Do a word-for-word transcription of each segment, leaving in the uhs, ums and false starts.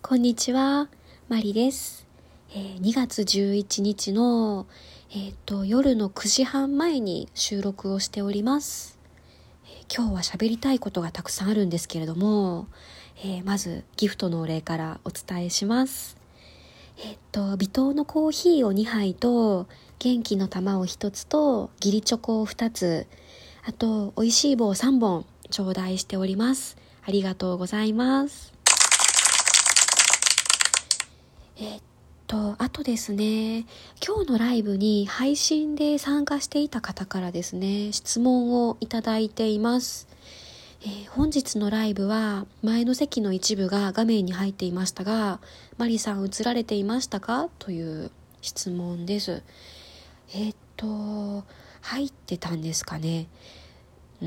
こんにちは、マリです。えー、にがつじゅういちにちの、えー、と夜のくじはんまえに収録をしております。えー、今日は喋りたいことがたくさんあるんですけれども、えー、まずギフトのお礼からお伝えします。えっ、と微糖のコーヒーをにはいと元気の玉をひとつと義理チョコをふたつ、あとおいしい棒さんぼん頂戴しております。ありがとうございます。えっと、あとですね、今日のライブに配信で参加していた方からですね、質問をいただいています。えー本日のライブは前の席の一部が画面に入っていましたが、マリさん映られていましたかという質問です。えっと、入ってたんですかね。うん、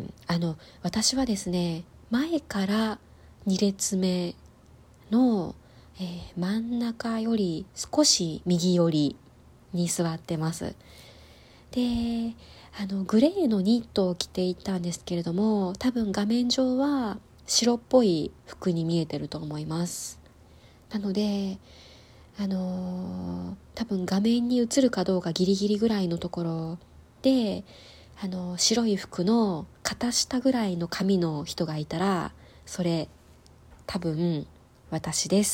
あの、私はですね、前からに列目の、えー真ん中より少し右寄りに座ってます。で、あのグレーのニットを着ていたんですけれども、多分画面上は白っぽい服に見えてると思います。なので、あのー多分画面に映るかどうかギリギリぐらいのところで、あの白い服の肩下ぐらいの髪の人がいたら、それ多分私です。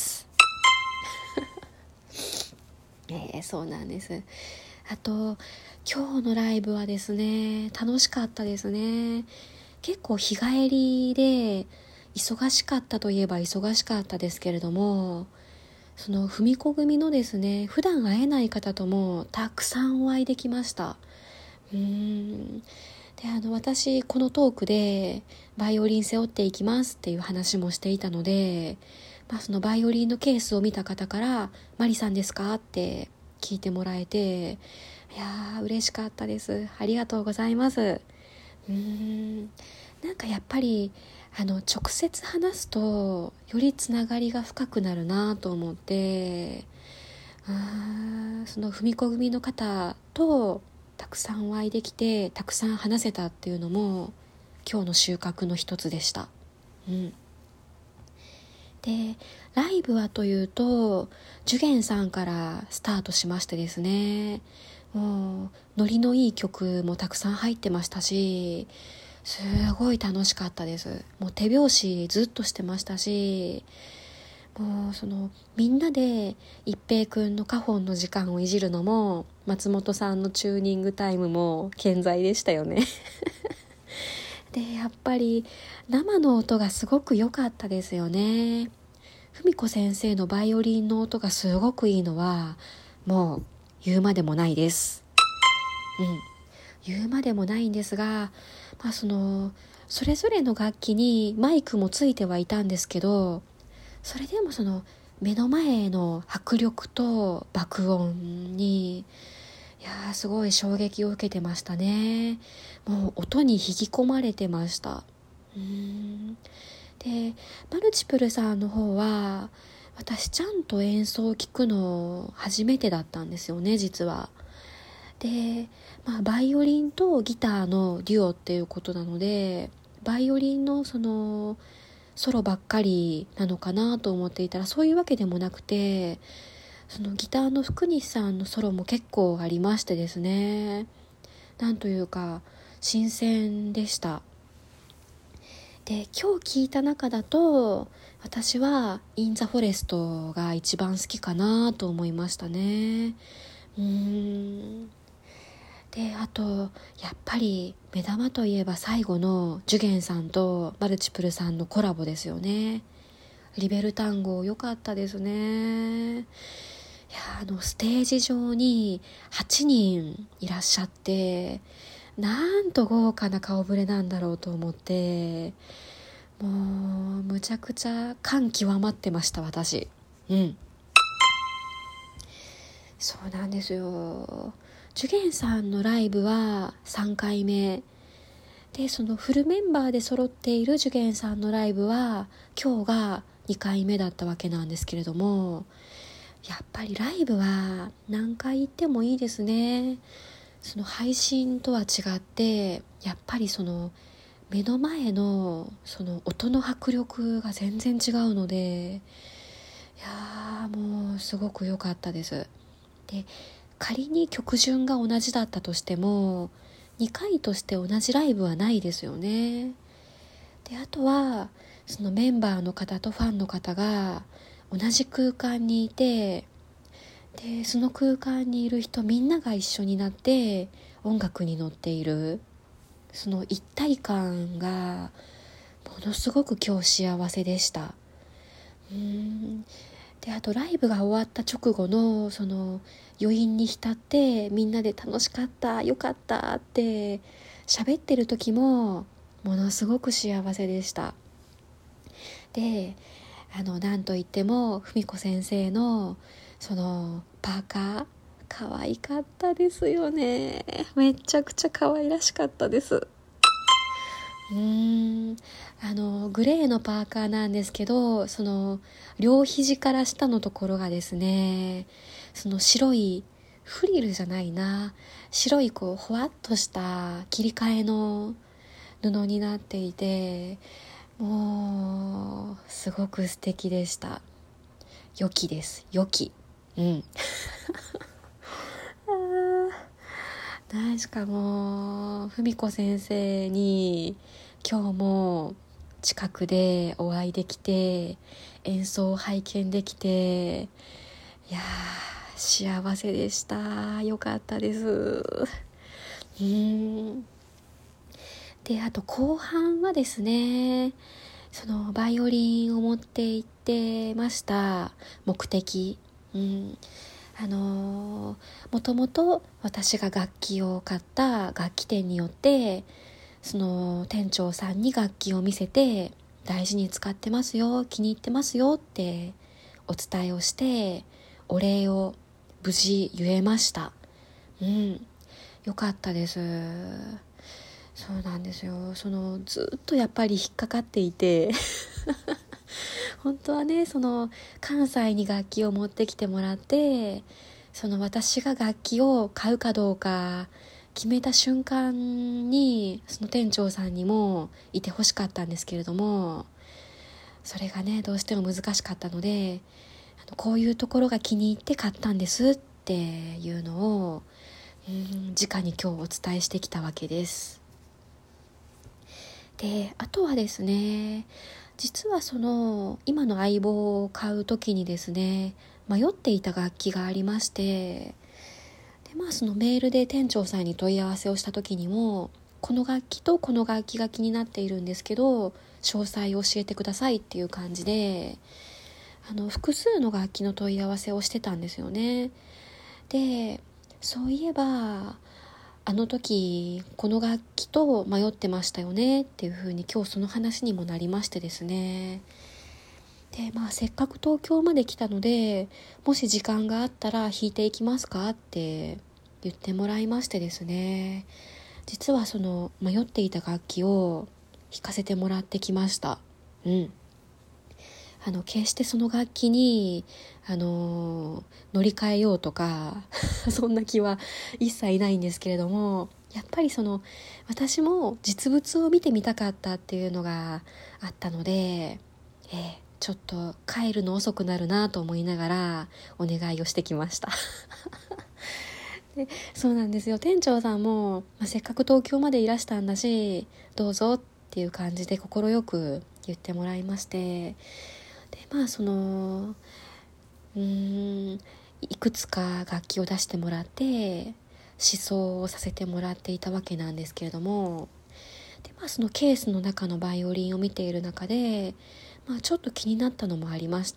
えー、そうなんです。あと今日のライブはですね、楽しかったですね。結構日帰りで忙しかったといえば忙しかったですけれども、その踏み子組のですね、普段会えない方ともたくさんお会いできました。うーんで、あの私このトークでバイオリン背負っていきますっていう話もしていたので、まあ、そのバイオリンのケースを見た方からマリさんですかって聞いてもらえて、いやー嬉しかったです。ありがとうございます。うーんなんかやっぱりあの直接話すとよりつながりが深くなるなと思って、あーその踏み子組の方とたくさんお会いできて、たくさん話せたっていうのも今日の収穫の一つでした。うんで、ライブはというと、ジュゲンさんからスタートしましてですね、もうノリのいい曲もたくさん入ってましたし、すごい楽しかったです。もう手拍子ずっとしてましたし、もうそのみんなで一平くんのカホンの時間をいじるのも、松本さんのチューニングタイムも健在でしたよね。で、やっぱり生の音がすごく良かったですよね。文子先生のバイオリンの音がすごくいいのはもう言うまでもないです。うん言うまでもないんですが、まあそのそれぞれの楽器にマイクもついてはいたんですけど、それでもその目の前の迫力と爆音に、いやーすごい衝撃を受けてましたね。もう音に引き込まれてました。うーんで、マルチプルさんの方は私ちゃんと演奏を聴くの初めてだったんですよね、実は。で、まあ、バイオリンとギターのデュオっていうことなので、バイオリンのそのソロばっかりなのかなと思っていたら、そういうわけでもなくて、そのギターの福西さんのソロも結構ありましてですね、なんというか新鮮でした。で、今日聞いた中だと私はインザフォレストが一番好きかなと思いましたね。うーんで、あとやっぱり目玉といえば最後のジュゲンさんとマルチプルさんのコラボですよね。リベルタンゴ良かったですね。いや、あのステージ上にはちにんいらっしゃって、なんと豪華な顔ぶれなんだろうと思って、もうむちゃくちゃ感極まってました私。うんそうなんですよ。ジュゲンさんのライブはさんかいめで、そのフルメンバーで揃っているジュゲンさんのライブは今日がにかいめだったわけなんですけれども、やっぱりライブは何回行ってもいいですね。その配信とは違ってやっぱりその目の前のその音の迫力が全然違うので、 やーもうすごく良かったです。で、仮に曲順が同じだったとしてもにかいとして同じライブはないですよね。で、あとはそのメンバーの方とファンの方が同じ空間にいて、でその空間にいる人みんなが一緒になって音楽に乗っている、その一体感がものすごく今日幸せでした。うーんで、あとライブが終わった直後のその余韻に浸ってみんなで楽しかったよかったって喋ってる時もものすごく幸せでした。で、あのなんといっても文子先生のそのパーカー可愛かったですよね。めちゃくちゃ可愛らしかったです。うーんあのグレーのパーカーなんですけど、その両肘から下のところがですね、その白いフリルじゃないな白いこうほわっとした切り替えの布になっていて、もうすごく素敵でした。良きです良き。うんあしかも文子先生に今日も近くでお会いできて演奏を拝見できて、いやー幸せでした。よかったです。うーんで、あと後半はですね、そのバイオリンを持って行ってました目的、うんあのー、もともと私が楽器を買った楽器店によってその店長さんに楽器を見せて大事に使ってますよ気に入ってますよってお伝えをしてお礼を無事言えました。うんよかったです。そうなんですよ。そのずっとやっぱり引っかかっていて本当はね、その関西に楽器を持ってきてもらって、その私が楽器を買うかどうか決めた瞬間にその店長さんにもいてほしかったんですけれども、それがねどうしても難しかったので、あのこういうところが気に入って買ったんですっていうのを、うん、直に今日お伝えしてきたわけです。で、あとはですね、実はその今の相棒を買う時にですね迷っていた楽器がありまして、でまあそのメールで店長さんに問い合わせをした時にも、この楽器とこの楽器が気になっているんですけど詳細を教えてくださいっていう感じで、あの複数の楽器の問い合わせをしてたんですよね。で、そういえばあの時この楽器と迷ってましたよねっていう風に今日その話にもなりましてですね。で、まあせっかく東京まで来たので、もし時間があったら弾いていきますかって言ってもらいましてですね、実はその迷っていた楽器を弾かせてもらってきました。うんあの決してその楽器にあの乗り換えようとかそんな気は一切ないんですけれども、やっぱりその私も実物を見てみたかったっていうのがあったので、えー、ちょっと帰るの遅くなるなと思いながらお願いをしてきましたで、そうなんですよ。店長さんも、まあ、せっかく東京までいらしたんだしどうぞっていう感じで快く言ってもらいまして、でまあそのうーんいくつか楽器を出してもらって試奏をさせてもらっていたわけなんですけれども、で、まあ、そのケースの中のバイオリンを見ている中で、まあ、ちょっと気になったのもありまして、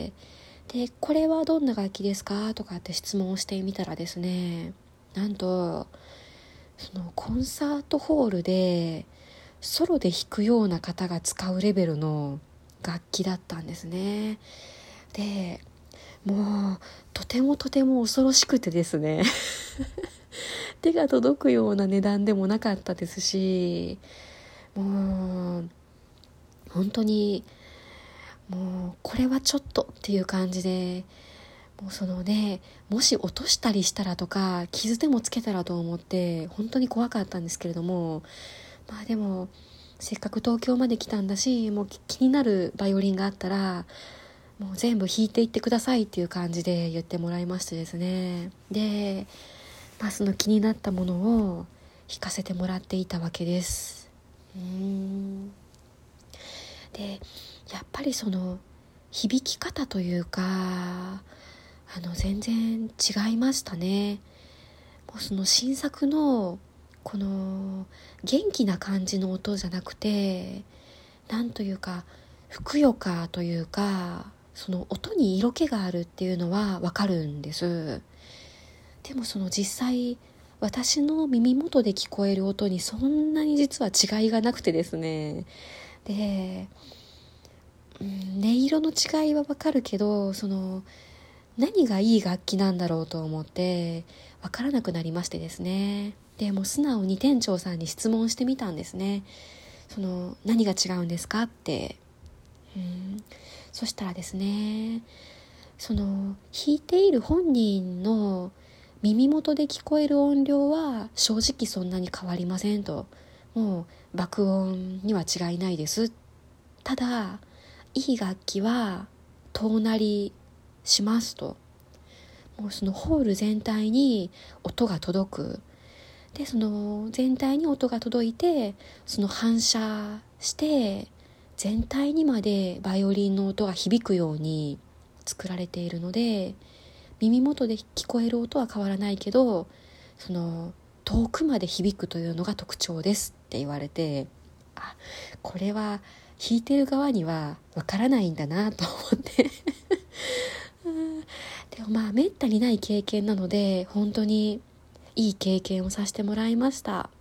でこれはどんな楽器ですかとかって質問をしてみたらですね、なんとそのコンサートホールでソロで弾くような方が使うレベルの楽器だったんですね。でもうとてもとても恐ろしくてですね手が届くような値段でもなかったですし、もう本当にもうこれはちょっとっていう感じで、もうそのねもし落としたりしたらとか傷でもつけたらと思って本当に怖かったんですけれども、まあでもせっかく東京まで来たんだし、もう気になるバイオリンがあったらもう全部弾いていってくださいっていう感じで言ってもらいましてですね。で、まあ、その気になったものを弾かせてもらっていたわけです。うーんでやっぱりその響き方というか、あの全然違いましたね。もうその新作のこの元気な感じの音じゃなくて、なんというかふくよかというか、その音に色気があるっていうのはわかるんです。でもその実際私の耳元で聞こえる音にそんなに実は違いがなくてですね。で、うん、音色の違いはわかるけど、その何がいい楽器なんだろうと思ってわからなくなりましてですね。でもう素直に店長さんに質問してみたんですね。その何が違うんですかって。うん、そしたらですね、その弾いている本人の耳元で聞こえる音量は正直そんなに変わりませんと。もう爆音には違いないです。ただいい楽器は遠鳴りしますと。もうそのホール全体に音が届く。でその全体に音が届いて、その反射して全体にまでバイオリンの音が響くように作られているので、耳元で聞こえる音は変わらないけど、その遠くまで響くというのが特徴ですって言われて、あ、これは弾いてる側にはわからないんだなと思ってでもまあめったにない経験なので、本当にいい経験をさせてもらいました。